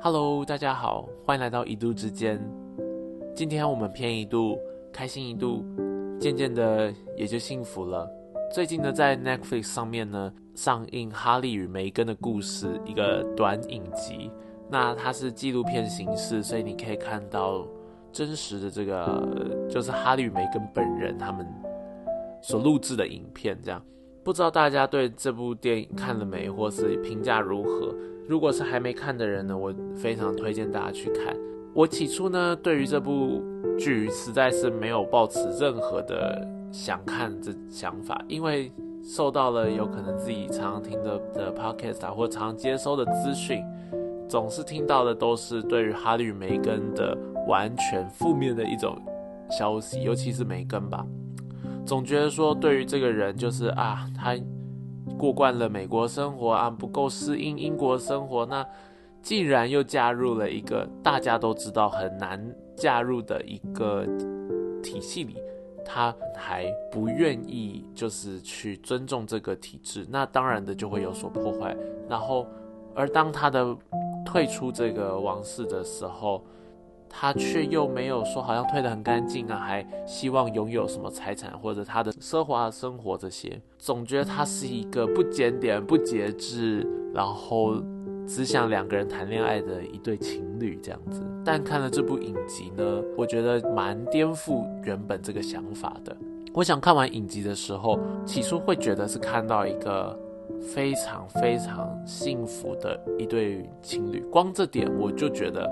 Hello， 大家好，欢迎来到一度之间。今天我们偏一度，开心一度，渐渐的也就幸福了。最近呢，在 Netflix 上面呢上映哈利与梅根的故事，一个短影集。那它是纪录片形式，所以你可以看到真实的这个就是哈利与梅根本人他们所录制的影片。这样，不知道大家对这部电影看了没，或是评价如何？如果是还没看的人呢，我非常推荐大家去看。我起初呢，对于这部剧实在是没有抱持任何的想看的想法，因为受到了有可能自己常常听的 podcast 或常常接收的资讯，总是听到的都是对于哈利与梅根的完全负面的一种消息，尤其是梅根吧，总觉得说对于这个人就是他过惯了美国生活不够适应英国生活，那竟然又加入了一个大家都知道很难加入的一个体系里，他还不愿意就是去尊重这个体制，那当然的就会有所破坏。然后而当他的退出这个王室的时候，他却又没有说好像退得很干净还希望拥有什么财产或者他的奢华的生活，这些总觉得他是一个不检点不节制，然后只想两个人谈恋爱的一对情侣这样子。但看了这部影集呢，我觉得蛮颠覆原本这个想法的。我想看完影集的时候，起初会觉得是看到一个非常非常幸福的一对情侣，光这点我就觉得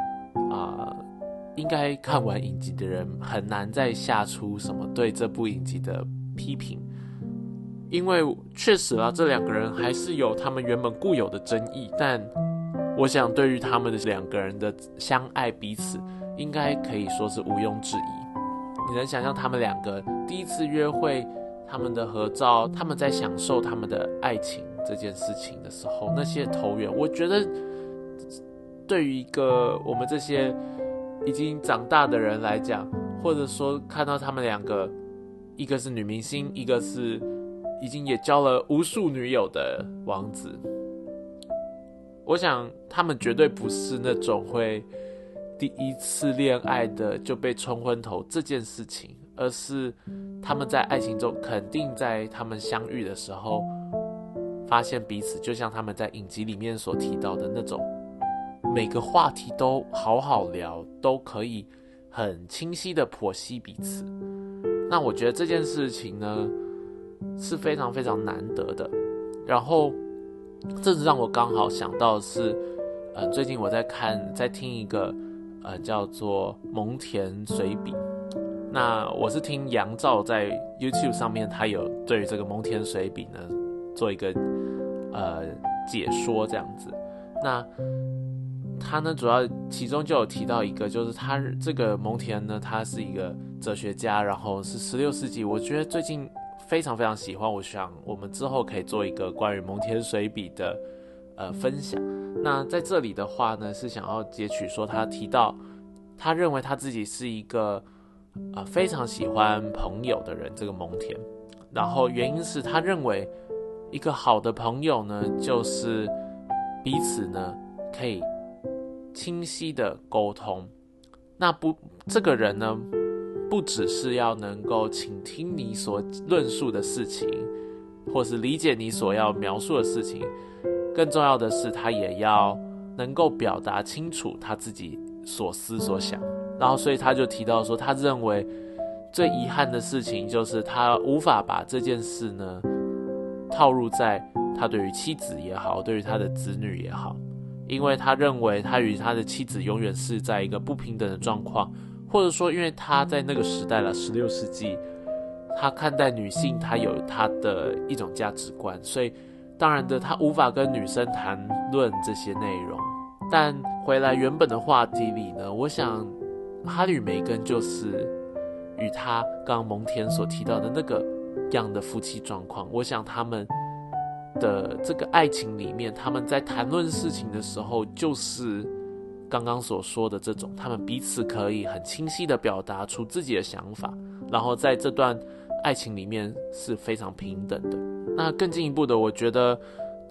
应该看完影集的人很难再下出什么对这部影集的批评，因为确实这两个人还是有他们原本固有的争议，但我想对于他们的两个人的相爱彼此，应该可以说是毋庸置疑。你能想象他们两个第一次约会，他们的合照，他们在享受他们的爱情这件事情的时候，那些投缘，我觉得对于一个我们这些已经长大的人来讲，或者说看到他们两个，一个是女明星，一个是已经也交了无数女友的王子，我想他们绝对不是那种会第一次恋爱的就被冲昏头这件事情，而是他们在爱情中肯定在他们相遇的时候发现彼此，就像他们在影集里面所提到的那种每个话题都好好聊，都可以很清晰的剖析彼此。那我觉得这件事情呢是非常非常难得的。然后这让我刚好想到的是最近我在听一个叫做蒙田随笔。那我是听杨照在 YouTube 上面，他有对于这个蒙田随笔呢做一个解说这样子。那他呢主要其中就有提到一个，就是他这个蒙田呢，他是一个哲学家，然后是16世纪，我觉得最近非常非常喜欢，我想我们之后可以做一个关于蒙田随笔的分享。那在这里的话呢，是想要截取说他提到他认为他自己是一个非常喜欢朋友的人，这个蒙田。然后原因是他认为一个好的朋友呢，就是彼此呢可以清晰的沟通。那这个人呢，不只是要能够倾听你所论述的事情，或是理解你所要描述的事情，更重要的是他也要能够表达清楚他自己所思所想。然后所以他就提到说，他认为最遗憾的事情就是他无法把这件事呢套入在他对于妻子也好，对于他的子女也好，因为他认为他与他的妻子永远是在一个不平等的状况，或者说因为他在那个时代了16世纪，他看待女性他有他的一种价值观，所以当然的他无法跟女生谈论这些内容。但回来原本的话题里呢，我想哈利与梅根就是与他刚刚蒙田所提到的那个样的夫妻状况。我想他们的这个爱情里面，他们在谈论事情的时候，就是刚刚所说的这种，他们彼此可以很清晰地表达出自己的想法，然后在这段爱情里面是非常平等的。那更进一步的，我觉得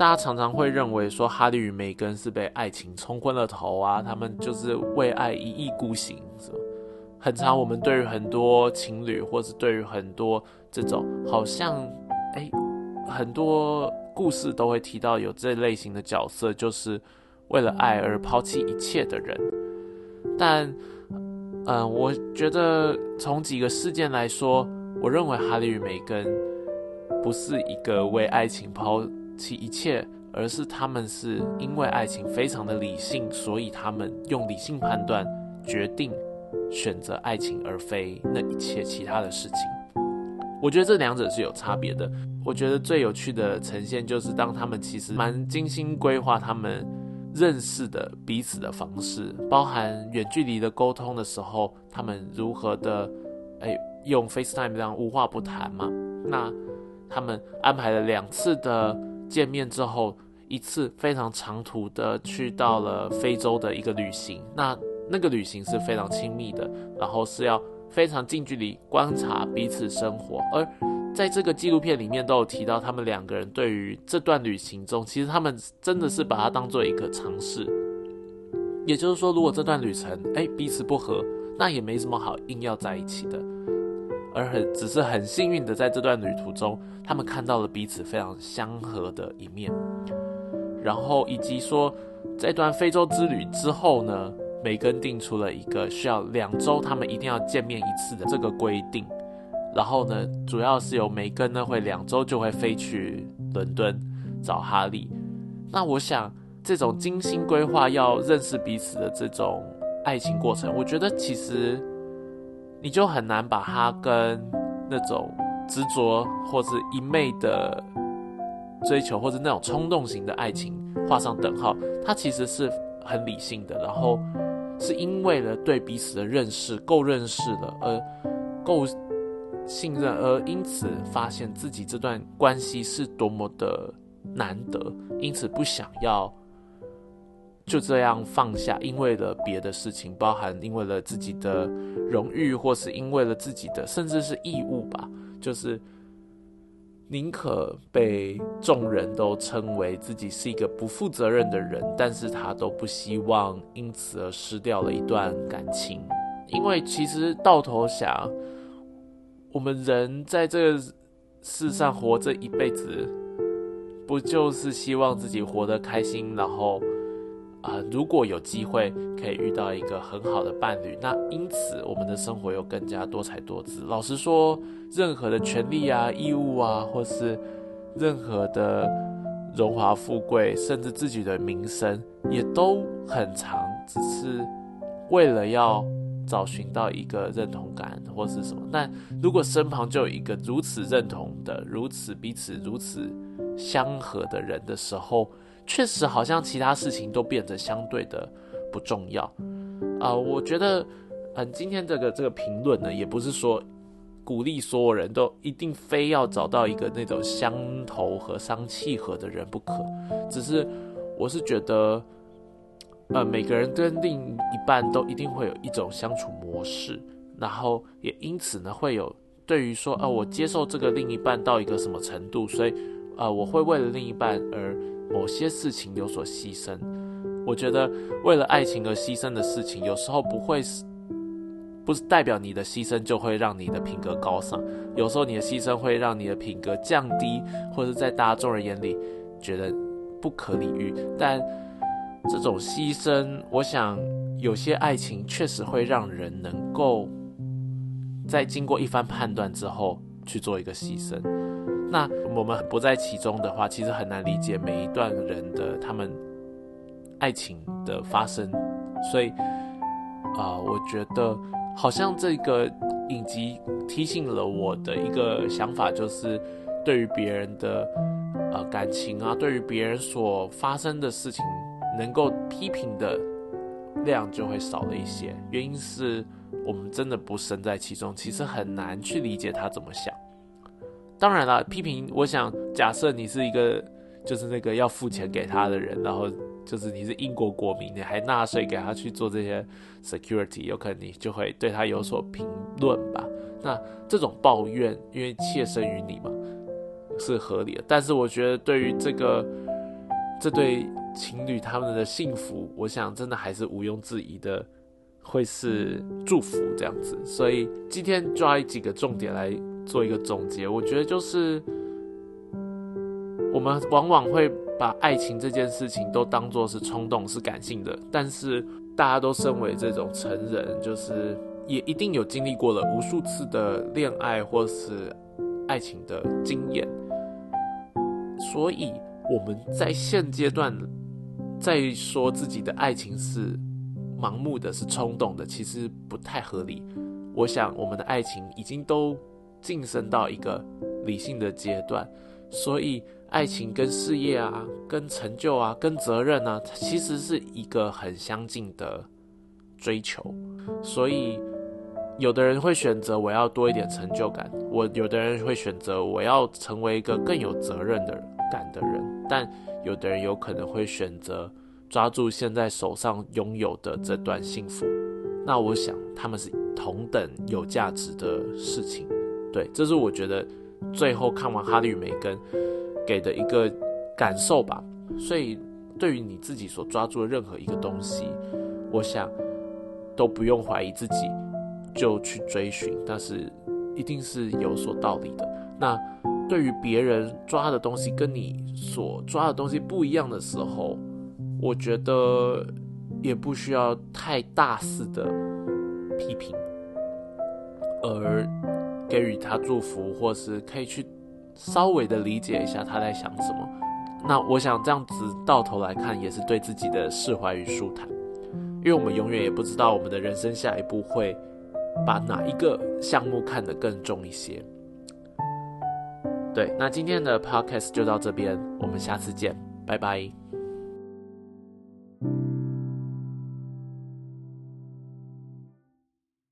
大家常常会认为说哈利与梅根是被爱情冲昏了头啊，他们就是为爱一意孤行。很常我们对于很多情侣，或是对于很多这种好像很多故事都会提到有这类型的角色，就是为了爱而抛弃一切的人。但我觉得从几个事件来说，我认为哈利与梅根不是一个为爱情抛弃一切，而是他们是因为爱情非常的理性，所以他们用理性判断决定选择爱情，而非那一切其他的事情。我觉得这两者是有差别的。我觉得最有趣的呈现就是当他们其实蛮精心规划他们认识的彼此的方式，包含远距离的沟通的时候，他们如何的用 FaceTime 这样无话不谈嘛。那他们安排了2次的见面之后，一次非常长途的去到了非洲的一个旅行，那个旅行是非常亲密的，然后是要非常近距离观察彼此生活。而在这个纪录片里面都有提到，他们2个人对于这段旅行中，其实他们真的是把它当做一个尝试。也就是说，如果这段旅程彼此不合，那也没什么好硬要在一起的，而只是很幸运的在这段旅途中，他们看到了彼此非常相合的一面。然后以及说，这段非洲之旅之后呢，梅根定出了一个需要2周他们一定要见面1次的这个规定。然后呢，主要是由梅根呢会2周就会飞去伦敦找哈利。那我想这种精心规划要认识彼此的这种爱情过程，我觉得其实你就很难把它跟那种执着或是一昧的追求，或是那种冲动型的爱情画上等号。它其实是很理性的，然后是因为了对彼此的认识够认识了，而够信任，而因此发现自己这段关系是多么的难得，因此不想要就这样放下，因为了别的事情，包含因为了自己的荣誉，或是因为了自己的甚至是义务吧，就是宁可被众人都称为自己是一个不负责任的人，但是他都不希望因此而失掉了一段感情。因为其实到头想，我们人在这个世上活这一辈子，不就是希望自己活得开心，然后如果有机会可以遇到一个很好的伴侣，那因此我们的生活又更加多彩多姿。老实说，任何的权利啊、义务啊，或是任何的荣华富贵，甚至自己的名声，也都很长，只是为了要找寻到一个认同感或是什么。但如果身旁就有一个如此认同的、如此彼此如此相合的人的时候，确实好像其他事情都变得相对的不重要。我觉得今天这个评论呢，也不是说鼓励所有人都一定非要找到一个那种相投和相契合的人不可，只是我是觉得每个人跟另一半都一定会有一种相处模式，然后也因此呢会有对于说我接受这个另一半到一个什么程度，所以我会为了另一半而某些事情有所牺牲。我觉得为了爱情而牺牲的事情，有时候不是代表你的牺牲就会让你的品格高尚，有时候你的牺牲会让你的品格降低，或者在大众人眼里觉得不可理喻。但这种牺牲，我想有些爱情确实会让人能够在经过一番判断之后去做一个牺牲。那我们不在其中的话，其实很难理解每一段人的他们爱情的发生。所以我觉得好像这个影集提醒了我的一个想法，就是对于别人的感情啊，对于别人所发生的事情，能够批评的量就会少了一些。原因是我们真的不身在其中，其实很难去理解他怎么想。当然啦，批评，我想假设你是一个就是那个要付钱给他的人，然后就是你是英国国民，你还纳税给他去做这些 security， 有可能你就会对他有所评论吧。那这种抱怨，因为切身于你嘛，是合理的。但是我觉得对于这个这对情侣他们的幸福，我想真的还是毋庸置疑的，会是祝福这样子。所以今天抓几个重点来做一个总结，我觉得就是我们往往会把爱情这件事情都当作是冲动、是感性的，但是大家都身为这种成人，就是也一定有经历过了无数次的恋爱或是爱情的经验，所以我们在现阶段在说自己的爱情是盲目的、是冲动的，其实不太合理。我想我们的爱情已经都晋升到一个理性的阶段，所以爱情跟事业啊、跟成就啊、跟责任啊，其实是一个很相近的追求。所以有的人会选择我要多一点成就感，有的人会选择我要成为一个更有责任感的人，但有的人有可能会选择抓住现在手上拥有的这段幸福。那我想他们是同等有价值的事情。对，这是我觉得最后看完《哈利与梅根》给的一个感受吧。所以对于你自己所抓住的任何一个东西，我想都不用怀疑自己就去追寻，但是一定是有所道理的。那对于别人抓的东西跟你所抓的东西不一样的时候，我觉得也不需要太大肆的批评，而给予他祝福，或是可以去稍微的理解一下他在想什么。那我想这样子到头来看，也是对自己的释怀与舒坦，因为我们永远也不知道我们的人生下一步会把哪一个项目看得更重一些。对，那今天的 podcast 就到这边，我们下次见，拜拜。